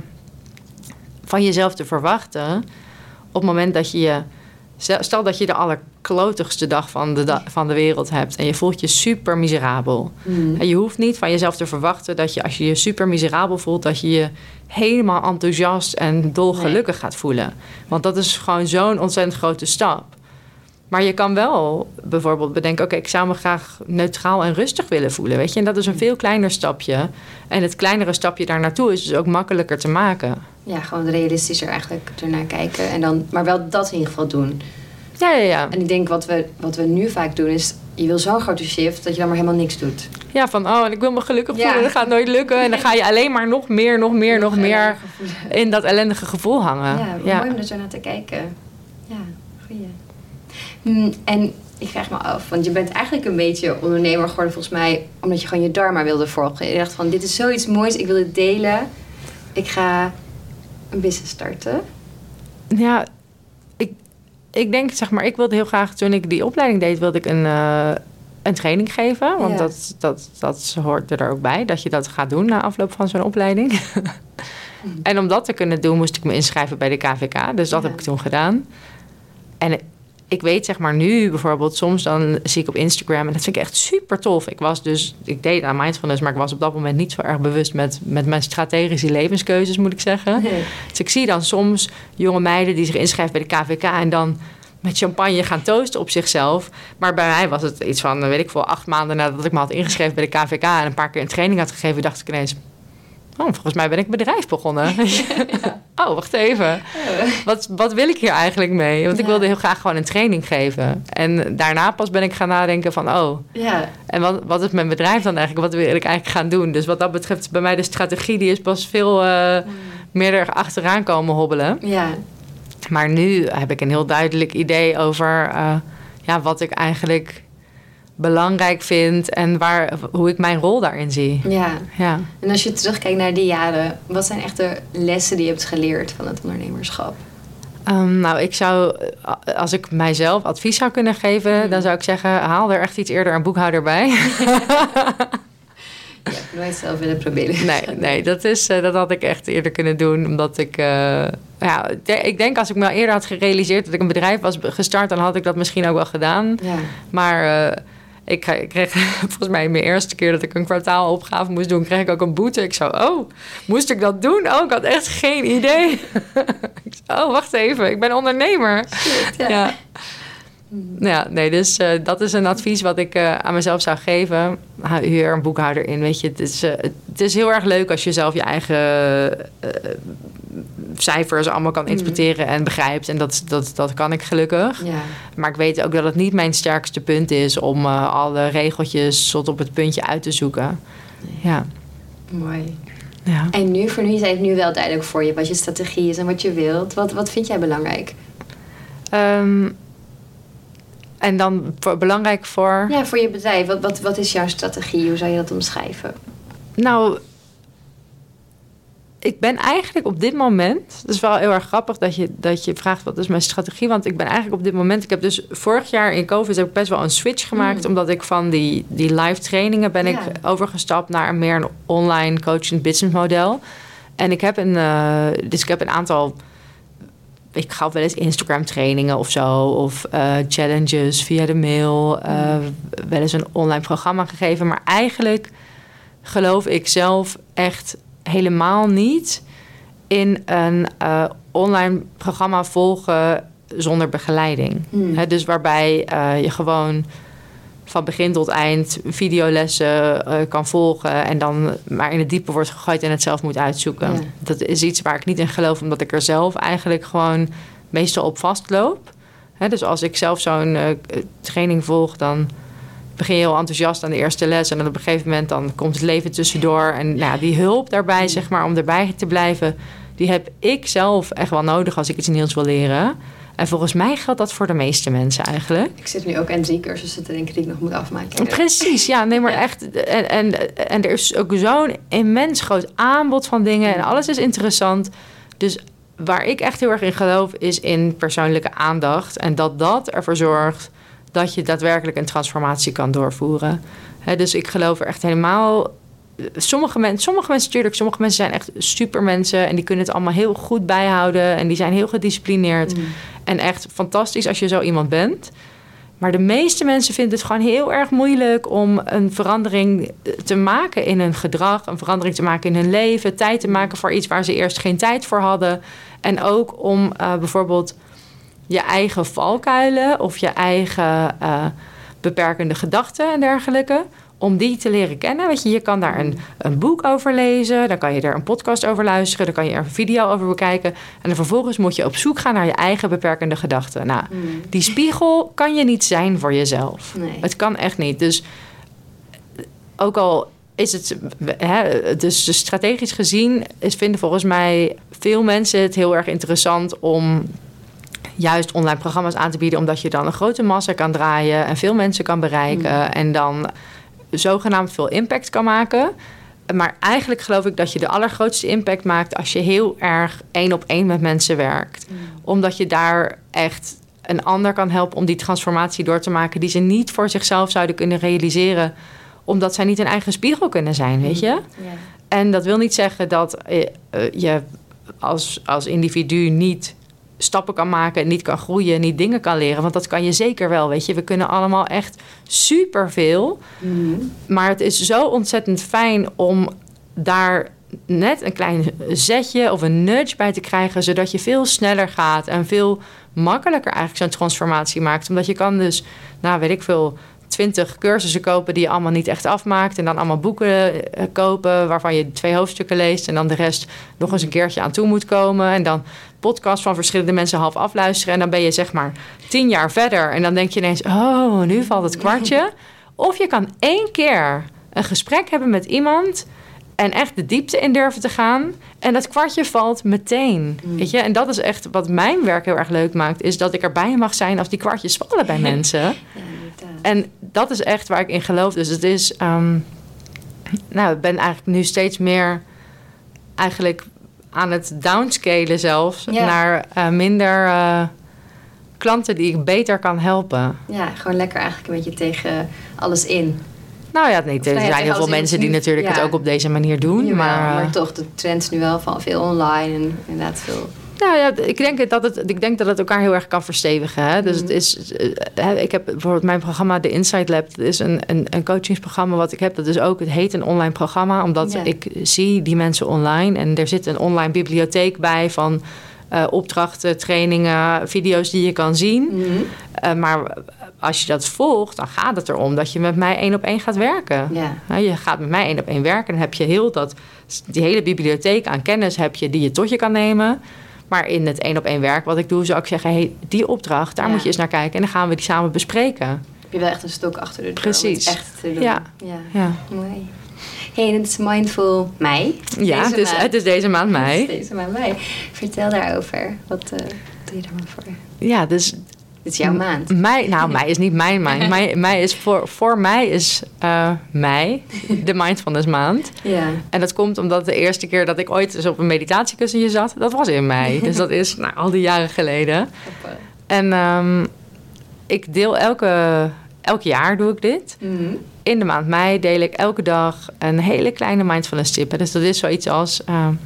van jezelf te verwachten... op het moment dat je... Stel dat je de allerklotigste dag van de wereld hebt... en je voelt je super miserabel. En je hoeft niet van jezelf te verwachten... dat je als je je super miserabel voelt... dat je je helemaal enthousiast en dolgelukkig gaat voelen. Want dat is gewoon zo'n ontzettend grote stap. Maar je kan wel bijvoorbeeld bedenken... ik zou me graag neutraal en rustig willen voelen, weet je. En dat is een veel kleiner stapje. En het kleinere stapje daar naartoe is dus ook makkelijker te maken. Ja, gewoon realistischer eigenlijk ernaar kijken. En dan, maar wel dat in ieder geval doen. Ja. En ik denk wat we nu vaak doen is... je wil zo'n grote shift dat je dan maar helemaal niks doet. Ja, van en ik wil me gelukkig voelen. Dat gaat nooit lukken. En dan ga je alleen maar nog meer in dat ellendige gevoel hangen. Ja, mooi om er zo naar te kijken. Ja, goeie. En ik vraag me af, want je bent eigenlijk een beetje ondernemer geworden volgens mij... omdat je gewoon je dharma wilde volgen. Je dacht van, dit is zoiets moois, ik wil het delen. Ik ga een business starten. Ja, ik denk, zeg maar, ik wilde heel graag... toen ik die opleiding deed, wilde ik een training geven. Want dat hoort er ook bij, dat je dat gaat doen na afloop van zo'n opleiding. En om dat te kunnen doen, moest ik me inschrijven bij de KVK. Dus dat heb ik toen gedaan. En ik weet, zeg maar, nu bijvoorbeeld... soms dan zie ik op Instagram... en dat vind ik echt super tof. Ik deed aan mindfulness... maar ik was op dat moment niet zo erg bewust... met mijn strategische levenskeuzes, moet ik zeggen. Nee. Dus ik zie dan soms jonge meiden... die zich inschrijven bij de KVK... en dan met champagne gaan toasten op zichzelf. Maar bij mij was het iets van, weet ik veel, 8 maanden nadat ik me had ingeschreven bij de KVK en een paar keer een training had gegeven, dacht ik ineens, volgens mij ben ik een bedrijf begonnen. Ja. Oh, wacht even. Wat wil ik hier eigenlijk mee? Want ik wilde heel graag gewoon een training geven. En daarna pas ben ik gaan nadenken van, en wat is mijn bedrijf dan eigenlijk? Wat wil ik eigenlijk gaan doen? Dus wat dat betreft, bij mij de strategie, die is pas veel meer er achteraan komen hobbelen. Ja. Maar nu heb ik een heel duidelijk idee over wat ik eigenlijk belangrijk vind en hoe ik mijn rol daarin zie. Ja. En als je terugkijkt naar die jaren, wat zijn echt de lessen die je hebt geleerd van het ondernemerschap? Ik zou, als ik mijzelf advies zou kunnen geven, dan zou ik zeggen, haal er echt iets eerder een boekhouder bij. Je hebt nooit zelf willen proberen. Nee, dat had ik echt eerder kunnen doen. Omdat ik ik denk als ik me al eerder had gerealiseerd dat ik een bedrijf was gestart, dan had ik dat misschien ook wel gedaan. Ja. Maar ik kreeg volgens mij mijn eerste keer dat ik een kwartaalopgave moest doen, kreeg ik ook een boete. Ik zo, moest ik dat doen? Ik had echt geen idee. Ik zo, wacht even, ik ben ondernemer. Shit, ja. Ja, nee, dus dat is een advies wat ik aan mezelf zou geven. Huur een boekhouder in, weet je. Het is heel erg leuk als je zelf je eigen cijfers allemaal kan interpreteren en begrijpt. En dat kan ik gelukkig. Ja. Maar ik weet ook dat het niet mijn sterkste punt is om alle regeltjes tot op het puntje uit te zoeken. Nee. Ja. Mooi. Ja. En voor nu is het nu wel duidelijk voor je wat je strategie is en wat je wilt. Wat vind jij belangrijk? En dan belangrijk voor... Ja, voor je bedrijf. Wat is jouw strategie? Hoe zou je dat omschrijven? Nou, ik ben eigenlijk op dit moment... Het is wel heel erg grappig dat je vraagt wat is mijn strategie. Want ik ben eigenlijk op dit moment... Ik heb dus vorig jaar in COVID heb ik best wel een switch gemaakt. Omdat ik van die live trainingen ben ik overgestapt naar meer een online coaching business model. En ik heb een aantal... Ik gaf wel eens Instagram trainingen of zo. Of challenges via de mail. Wel eens een online programma gegeven. Maar eigenlijk geloof ik zelf echt helemaal niet in een online programma volgen zonder begeleiding. Dus waarbij je gewoon van begin tot eind videolessen kan volgen en dan maar in het diepe wordt gegooid en het zelf moet uitzoeken. Ja. Dat is iets waar ik niet in geloof, omdat ik er zelf eigenlijk gewoon meestal op vastloop. Dus als ik zelf zo'n training volg, dan begin je heel enthousiast aan de eerste les en dan op een gegeven moment dan komt het leven tussendoor. En die hulp daarbij, zeg maar, om erbij te blijven, die heb ik zelf echt wel nodig als ik iets nieuws wil leren. En volgens mij geldt dat voor de meeste mensen eigenlijk. Ik zit nu ook aan 3 cursussen te denken die ik nog moet afmaken. Precies, ja. Nee, maar echt. En er is ook zo'n immens groot aanbod van dingen. En alles is interessant. Dus waar ik echt heel erg in geloof is in persoonlijke aandacht. En dat ervoor zorgt dat je daadwerkelijk een transformatie kan doorvoeren. Dus ik geloof er echt helemaal... Sommige mensen natuurlijk, sommige mensen zijn echt supermensen en die kunnen het allemaal heel goed bijhouden en die zijn heel gedisciplineerd en echt fantastisch als je zo iemand bent. Maar de meeste mensen vinden het gewoon heel erg moeilijk om een verandering te maken in hun gedrag, een verandering te maken in hun leven, tijd te maken voor iets waar ze eerst geen tijd voor hadden. En ook om bijvoorbeeld je eigen valkuilen of je eigen beperkende gedachten en dergelijke, om die te leren kennen. Weet je kan daar een boek over lezen, dan kan je er een podcast over luisteren, dan kan je er een video over bekijken en dan vervolgens moet je op zoek gaan naar je eigen beperkende gedachten. Nou, die spiegel kan je niet zijn voor jezelf. Nee. Het kan echt niet. Dus ook al is het, dus strategisch gezien vinden volgens mij veel mensen het heel erg interessant om juist online programma's aan te bieden, omdat je dan een grote massa kan draaien en veel mensen kan bereiken en dan zogenaamd veel impact kan maken. Maar eigenlijk geloof ik dat je de allergrootste impact maakt als je heel erg 1-op-1 met mensen werkt. Omdat je daar echt een ander kan helpen om die transformatie door te maken die ze niet voor zichzelf zouden kunnen realiseren, omdat zij niet een eigen spiegel kunnen zijn, weet je? Ja. En dat wil niet zeggen dat je als individu niet stappen kan maken, niet kan groeien, niet dingen kan leren. Want dat kan je zeker wel, weet je. We kunnen allemaal echt superveel. Maar het is zo ontzettend fijn om daar net een klein zetje of een nudge bij te krijgen, zodat je veel sneller gaat en veel makkelijker eigenlijk zo'n transformatie maakt. Omdat je kan dus, 20 cursussen kopen die je allemaal niet echt afmaakt. En dan allemaal boeken kopen waarvan je 2 hoofdstukken leest. En dan de rest nog eens een keertje aan toe moet komen. En dan podcasts van verschillende mensen half afluisteren. En dan ben je zeg maar 10 jaar verder. En dan denk je ineens, nu valt het kwartje. Of je kan 1 keer een gesprek hebben met iemand en echt de diepte in durven te gaan. En dat kwartje valt meteen. Weet je? En dat is echt wat mijn werk heel erg leuk maakt. Is dat ik erbij mag zijn als die kwartjes vallen bij mensen. Ja, en dat is echt waar ik in geloof. Dus het is... ik ben eigenlijk nu steeds meer eigenlijk aan het downscalen zelfs. Ja. Naar minder klanten die ik beter kan helpen. Ja, gewoon lekker eigenlijk een beetje tegen alles in. Nou ja, nee, er zijn heel veel mensen die natuurlijk het ook op deze manier doen. Jawel, maar toch, de trend is nu wel van veel online en inderdaad veel... Nou ja, ik denk dat het elkaar heel erg kan verstevigen. Hè? Dus het is... ik heb bijvoorbeeld mijn programma, de Insight Lab. Dat is een coachingsprogramma wat ik heb. Dat is ook, het heet een online programma. Omdat ik zie die mensen online. En er zit een online bibliotheek bij van opdrachten, trainingen, video's die je kan zien. Maar als je dat volgt, dan gaat het erom dat je met mij 1-op-1 gaat werken. Ja. Je gaat met mij 1-op-1 werken. Dan heb je die hele bibliotheek aan kennis heb je die je tot je kan nemen. Maar in het 1-op-1 werk wat ik doe, zou ik zeggen... die opdracht, daar moet je eens naar kijken. En dan gaan we die samen bespreken. Heb je wel echt een stok achter de deur. Precies. Om het echt te doen. Ja. Mooi. Hey, dit is Mindful Mei. Ja, het is deze maand mei. Het is deze maand mei. Vertel daarover. Wat doe je daar maar voor? Ja, dus... Dit is jouw maand. Mei is niet mijn maand. Mei is voor mij is mei, de mindfulness maand. Ja. En dat komt omdat de eerste keer dat ik ooit eens op een meditatiekussentje zat, dat was in mei. Dus dat is al die jaren geleden. En ik deel elk jaar doe ik dit. Mm-hmm. In de maand mei deel ik elke dag een hele kleine mindfulness tip. Dus dat is zoiets als...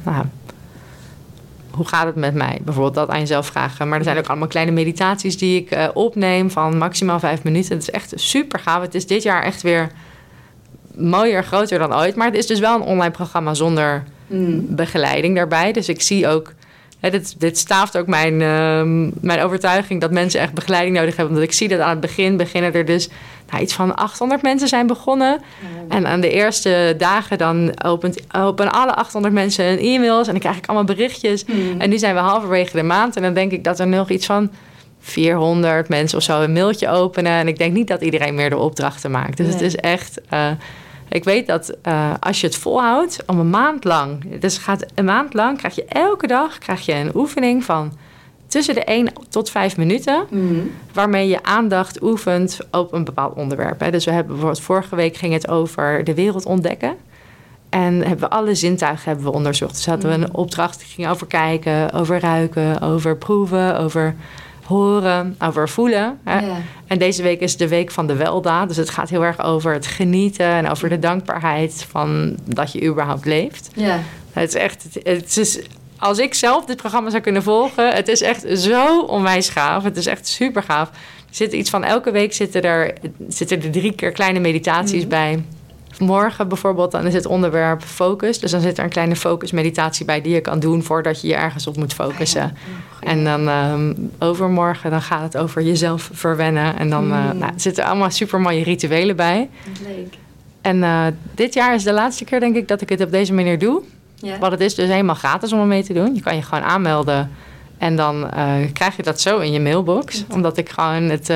hoe gaat het met mij? Bijvoorbeeld dat aan jezelf vragen. Maar er zijn ook allemaal kleine meditaties die ik opneem van maximaal 5 minuten. Het is echt super gaaf. Het is dit jaar echt weer mooier, groter dan ooit. Maar het is dus wel een online programma zonder begeleiding daarbij. Dus ik zie ook... Dit staaft ook mijn overtuiging dat mensen echt begeleiding nodig hebben. Omdat ik zie dat aan het begin beginnen er dus iets van 800 mensen zijn begonnen. Ja. En aan de eerste dagen dan openen alle 800 mensen hun e-mails. En dan krijg ik allemaal berichtjes. En nu zijn we halverwege de maand. En dan denk ik dat er nog iets van 400 mensen of zo een mailtje openen. En ik denk niet dat iedereen meer de opdrachten maakt. Dus het is echt... ik weet dat als je het volhoudt om een maand lang... Dus een maand lang krijg je elke dag een oefening van... tussen de 1 tot 5 minuten... waarmee je aandacht oefent op een bepaald onderwerp. Hè. Dus we hebben bijvoorbeeld vorige week ging het over de wereld ontdekken. En hebben we alle zintuigen onderzocht. Dus hadden we een opdracht die ging over kijken, over ruiken, over proeven, over... horen, over voelen. Hè? Yeah. En deze week is de week van de weldaad. Dus het gaat heel erg over het genieten... en over de dankbaarheid van dat je überhaupt leeft. Yeah. Het is als ik zelf dit programma zou kunnen volgen... het is echt zo onwijs gaaf. Het is echt super gaaf. Er zit iets van elke week zitten er 3 keer kleine meditaties bij... Morgen bijvoorbeeld, dan is het onderwerp focus. Dus dan zit er een kleine focusmeditatie bij... die je kan doen voordat je ergens op moet focussen. En dan overmorgen dan gaat het over jezelf verwennen. En dan zitten er allemaal super mooie rituelen bij. Leuk. En dit jaar is de laatste keer, denk ik, dat ik het op deze manier doe. Ja. Want het is dus helemaal gratis om mee te doen. Je kan je gewoon aanmelden. En dan krijg je dat zo in je mailbox. Omdat ik gewoon het...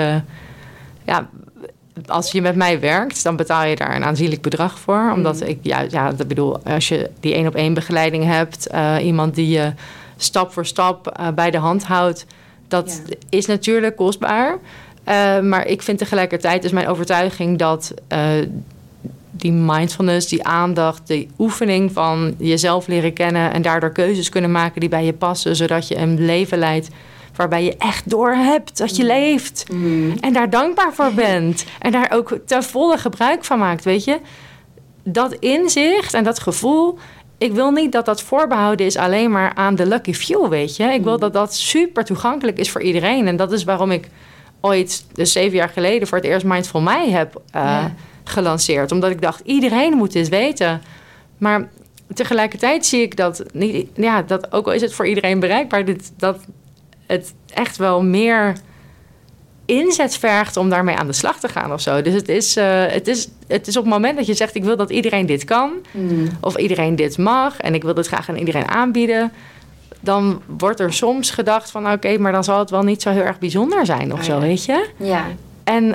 als je met mij werkt, dan betaal je daar een aanzienlijk bedrag voor. Omdat ik, als je die 1-op-1 begeleiding hebt... iemand die je stap voor stap bij de hand houdt... dat is natuurlijk kostbaar. Maar ik vind tegelijkertijd, is mijn overtuiging... dat die mindfulness, die aandacht, die oefening van jezelf leren kennen... en daardoor keuzes kunnen maken die bij je passen... zodat je een leven leidt... waarbij je echt doorhebt dat je leeft. En daar dankbaar voor bent. En daar ook ten volle gebruik van maakt, weet je. Dat inzicht en dat gevoel... ik wil niet dat dat voorbehouden is alleen maar aan de lucky few, weet je. Ik wil dat dat super toegankelijk is voor iedereen. En dat is waarom ik ooit, dus 7 jaar geleden... voor het eerst Mindful Mei heb gelanceerd. Omdat ik dacht, iedereen moet dit weten. Maar tegelijkertijd zie ik dat... dat ook al is het voor iedereen bereikbaar... het echt wel meer inzet vergt om daarmee aan de slag te gaan of zo. Dus het is op het moment dat je zegt, ik wil dat iedereen dit kan, of iedereen dit mag, en ik wil dit graag aan iedereen aanbieden, dan wordt er soms gedacht van, oké, maar dan zal het wel niet zo heel erg bijzonder zijn of zo, weet je? Ja. En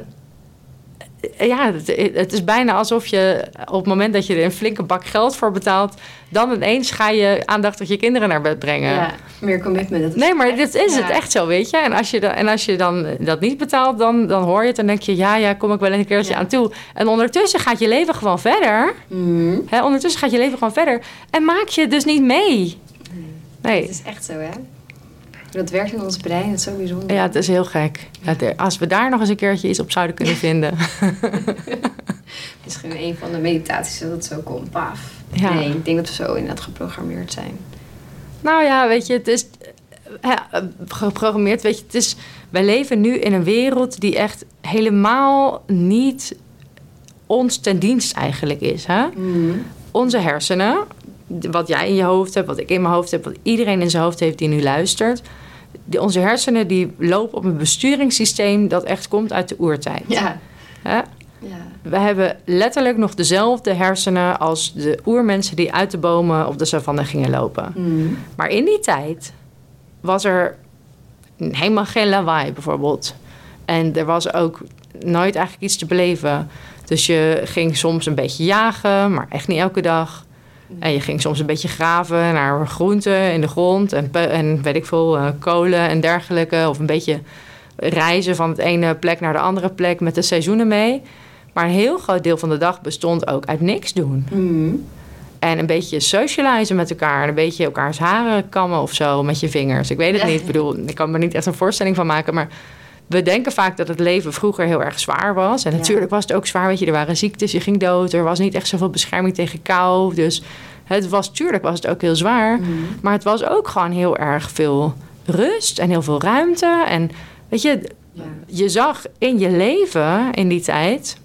ja, het is bijna alsof je op het moment dat je er een flinke bak geld voor betaalt, dan ineens ga je aandacht tot je kinderen naar bed brengen. Ja, meer commitment. Nee, maar dit is het echt zo, weet je. En als je dan dat niet betaalt, dan hoor je het en denk je, ja, kom ik wel een keertje aan toe. En ondertussen gaat je leven gewoon verder. Ondertussen gaat je leven gewoon verder. En maak je dus niet mee. Nee. Het is echt zo, hè? Dat werkt in ons brein, dat is zo bijzonder. Ja, het is heel gek. Ja, als we daar nog eens een keertje iets op zouden kunnen vinden. Misschien een van de meditaties dat het zo komt. Paf. Ja. Nee, ik denk dat we zo inderdaad geprogrammeerd zijn. Nou ja, weet je, het is geprogrammeerd. Weet je, wij leven nu in een wereld die echt helemaal niet ons ten dienst eigenlijk is. Hè? Onze hersenen, wat jij in je hoofd hebt, wat ik in mijn hoofd heb, wat iedereen in zijn hoofd heeft die nu luistert. Onze hersenen die lopen op een besturingssysteem dat echt komt uit de oertijd. Ja. Hè? Ja. We hebben letterlijk nog dezelfde hersenen als de oermensen die uit de bomen op de savanne gingen lopen. Maar in die tijd was er helemaal geen lawaai bijvoorbeeld. En er was ook nooit eigenlijk iets te beleven. Dus je ging soms een beetje jagen, maar echt niet elke dag. En je ging soms een beetje graven naar groenten in de grond en weet ik veel, kolen en dergelijke. Of een beetje reizen van het ene plek naar de andere plek met de seizoenen mee. Maar een heel groot deel van de dag bestond ook uit niks doen. En een beetje socializen met elkaar. En een beetje elkaars haren kammen of zo met je vingers. Ik weet het niet. Ik bedoel, ik kan me niet echt een voorstelling van maken. Maar we denken vaak dat het leven vroeger heel erg zwaar was. En natuurlijk was het ook zwaar. Weet je, er waren ziektes, je ging dood. Er was niet echt zoveel bescherming tegen kou. Dus tuurlijk was het ook heel zwaar. Maar het was ook gewoon heel erg veel rust en heel veel ruimte. En weet je, je zag in je leven in die tijd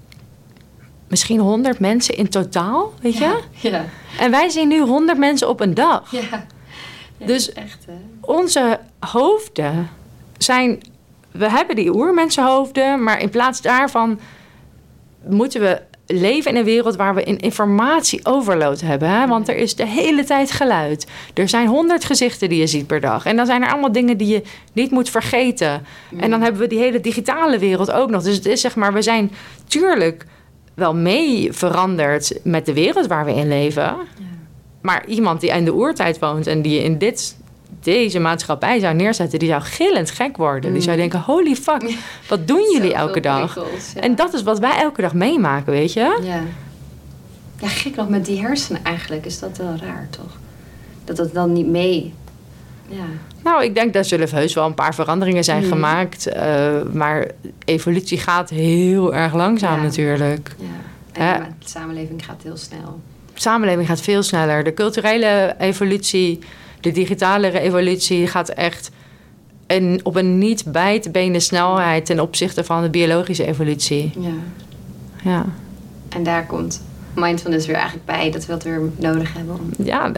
misschien 100 mensen in totaal, weet je? Ja. En wij zien nu 100 mensen op een dag. Ja, dus echt, hè? Onze hoofden zijn... We hebben die oermensenhoofden, maar in plaats daarvan moeten we leven in een wereld waar we een informatie-overload hebben. Hè? Want er is de hele tijd geluid. Er zijn 100 gezichten die je ziet per dag. En dan zijn er allemaal dingen die je niet moet vergeten. En dan hebben we die hele digitale wereld ook nog. Dus het is zeg maar, we zijn tuurlijk wel mee veranderd met de wereld waar we in leven. Ja. Maar iemand die in de oertijd woont en die in deze maatschappij zou neerzetten, die zou gillend gek worden. Die zou denken, holy fuck, wat doen jullie elke dag? Ja. En dat is wat wij elke dag meemaken, weet je? Ja, gek nog met die hersenen eigenlijk. Is dat wel raar, toch? Dat het dan niet mee... Ja. Nou, ik denk dat zullen heus wel een paar veranderingen zijn gemaakt. Maar evolutie gaat heel erg langzaam natuurlijk. Ja. En de samenleving gaat heel snel. De samenleving gaat veel sneller. De culturele evolutie, de digitale evolutie gaat echt op een niet bij te benen snelheid ten opzichte van de biologische evolutie. Ja. En daar komt mindfulness weer eigenlijk bij, dat we dat weer nodig hebben om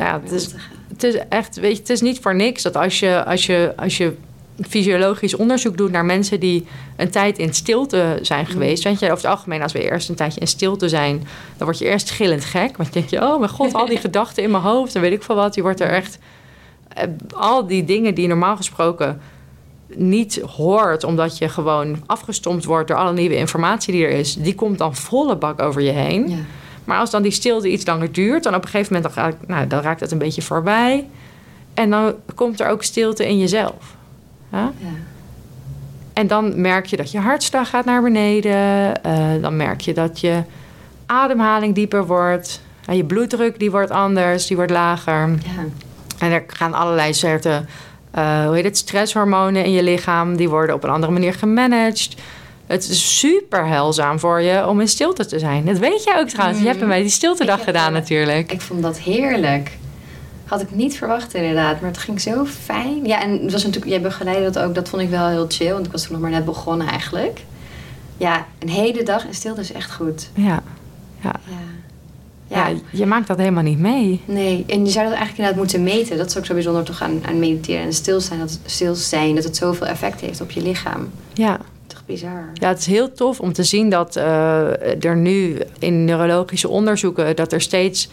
het is echt, weet je, het is niet voor niks dat als je fysiologisch onderzoek doet naar mensen die een tijd in stilte zijn geweest. Want je, over het algemeen, als we eerst een tijdje in stilte zijn, dan word je eerst gillend gek. Want je denkt je, oh mijn god, al die gedachten in mijn hoofd en weet ik veel wat. Je wordt er echt, al die dingen die normaal gesproken niet hoort, omdat je gewoon afgestompt wordt door alle nieuwe informatie die er is, die komt dan volle bak over je heen. Ja. Maar als dan die stilte iets langer duurt, dan op een gegeven moment dan raakt het een beetje voorbij. En dan komt er ook stilte in jezelf. Huh? Ja. En dan merk je dat je hartslag gaat naar beneden. Dan merk je dat je ademhaling dieper wordt. Je bloeddruk die wordt anders, die wordt lager. Ja. En er gaan allerlei soorten stresshormonen in je lichaam. Die worden op een andere manier gemanaged. Het is super heilzaam voor je om in stilte te zijn. Dat weet jij ook trouwens. Je hebt bij mij die stiltedag gedaan natuurlijk. Ik vond dat heerlijk. Had ik niet verwacht inderdaad. Maar het ging zo fijn. Ja, en het was natuurlijk, jij begeleidde dat ook. Dat vond ik wel heel chill. Want ik was toen nog maar net begonnen eigenlijk. Ja, een hele dag in stilte is echt goed. Ja. Ja, je maakt dat helemaal niet mee. Nee, en je zou dat eigenlijk inderdaad moeten meten. Dat is ook zo bijzonder toch aan mediteren en stilzijn. Dat het zoveel effect heeft op je lichaam. Ja. Toch bizar. Ja, het is heel tof om te zien dat er nu in neurologische onderzoeken... dat er steeds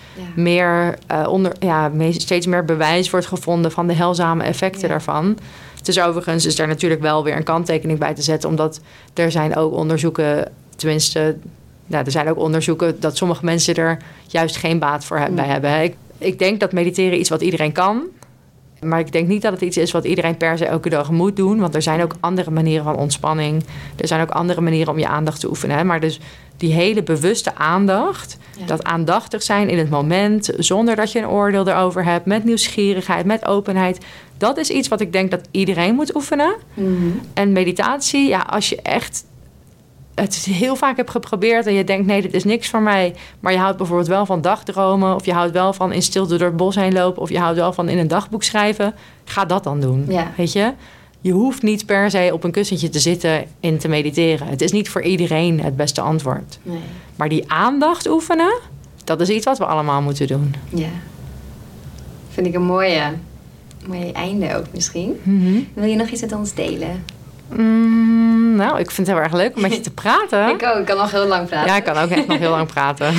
steeds meer bewijs wordt gevonden... van de heilzame effecten daarvan. Het is overigens is daar natuurlijk wel weer een kanttekening bij te zetten... omdat er zijn ook onderzoeken, tenminste... Nou, er zijn ook onderzoeken dat sommige mensen er juist geen baat voor bij hebben. Ik denk dat mediteren iets wat iedereen kan. Maar ik denk niet dat het iets is wat iedereen per se elke dag moet doen. Want er zijn ook andere manieren van ontspanning. Er zijn ook andere manieren om je aandacht te oefenen. Hè? Maar dus die hele bewuste aandacht. Ja. Dat aandachtig zijn in het moment. Zonder dat je een oordeel erover hebt. Met nieuwsgierigheid, met openheid. Dat is iets wat ik denk dat iedereen moet oefenen. Mm-hmm. En meditatie, ja, als je echt... het heel vaak hebt geprobeerd en je denkt... nee, dit is niks voor mij. Maar je houdt bijvoorbeeld wel van dagdromen... of je houdt wel van in stilte door het bos heen lopen... of je houdt wel van in een dagboek schrijven. Ga dat dan doen, weet je? Je hoeft niet per se op een kussentje te zitten en te mediteren. Het is niet voor iedereen het beste antwoord. Nee. Maar die aandacht oefenen... dat is iets wat we allemaal moeten doen. Ja. Vind ik een mooie einde ook misschien. Mm-hmm. Wil je nog iets met ons delen? Nou, ik vind het heel erg leuk om met je te praten. Ik ook, ik kan nog heel lang praten. Ja, ik kan ook echt nog heel lang praten.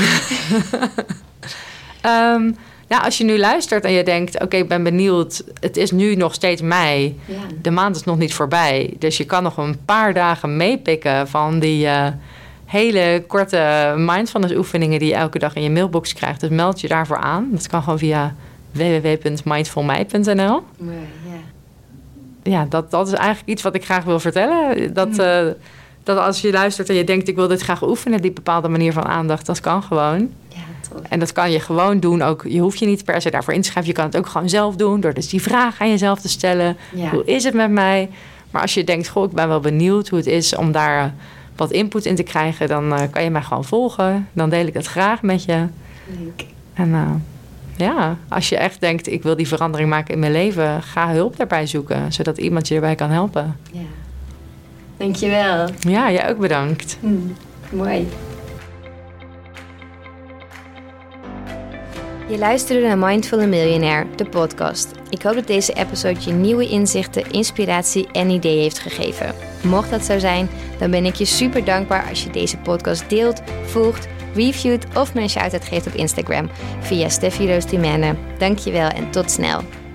Als je nu luistert en je denkt... oké, ik ben benieuwd, het is nu nog steeds mei. Ja. De maand is nog niet voorbij. Dus je kan nog een paar dagen meepikken van die hele korte mindfulness oefeningen... die je elke dag in je mailbox krijgt. Dus meld je daarvoor aan. Dat kan gewoon via www.mindfulmei.nl. Mooi, ja, dat is eigenlijk iets wat ik graag wil vertellen. Dat als je luistert en je denkt... ik wil dit graag oefenen, die bepaalde manier van aandacht... dat kan gewoon. Ja, tof. En dat kan je gewoon doen. Ook, je hoeft je niet per se daarvoor in te schrijven. Je kan het ook gewoon zelf doen... door dus die vraag aan jezelf te stellen. Ja. Hoe is het met mij? Maar als je denkt, goh, ik ben wel benieuwd hoe het is... om daar wat input in te krijgen... dan kan je mij gewoon volgen. Dan deel ik dat graag met je. Leuk. En... als je echt denkt... ik wil die verandering maken in mijn leven... ga hulp daarbij zoeken... zodat iemand je erbij kan helpen. Ja. Dankjewel. Ja, jij ook bedankt. Mooi. Je luisterde naar Mindful Millionaire, de podcast. Ik hoop dat deze episode je nieuwe inzichten, inspiratie en ideeën heeft gegeven. Mocht dat zo zijn, dan ben ik je super dankbaar... als je deze podcast deelt, volgt... reviewt of me een shout-out geeft op Instagram via Steffi Roos Dimene. Dankjewel en tot snel.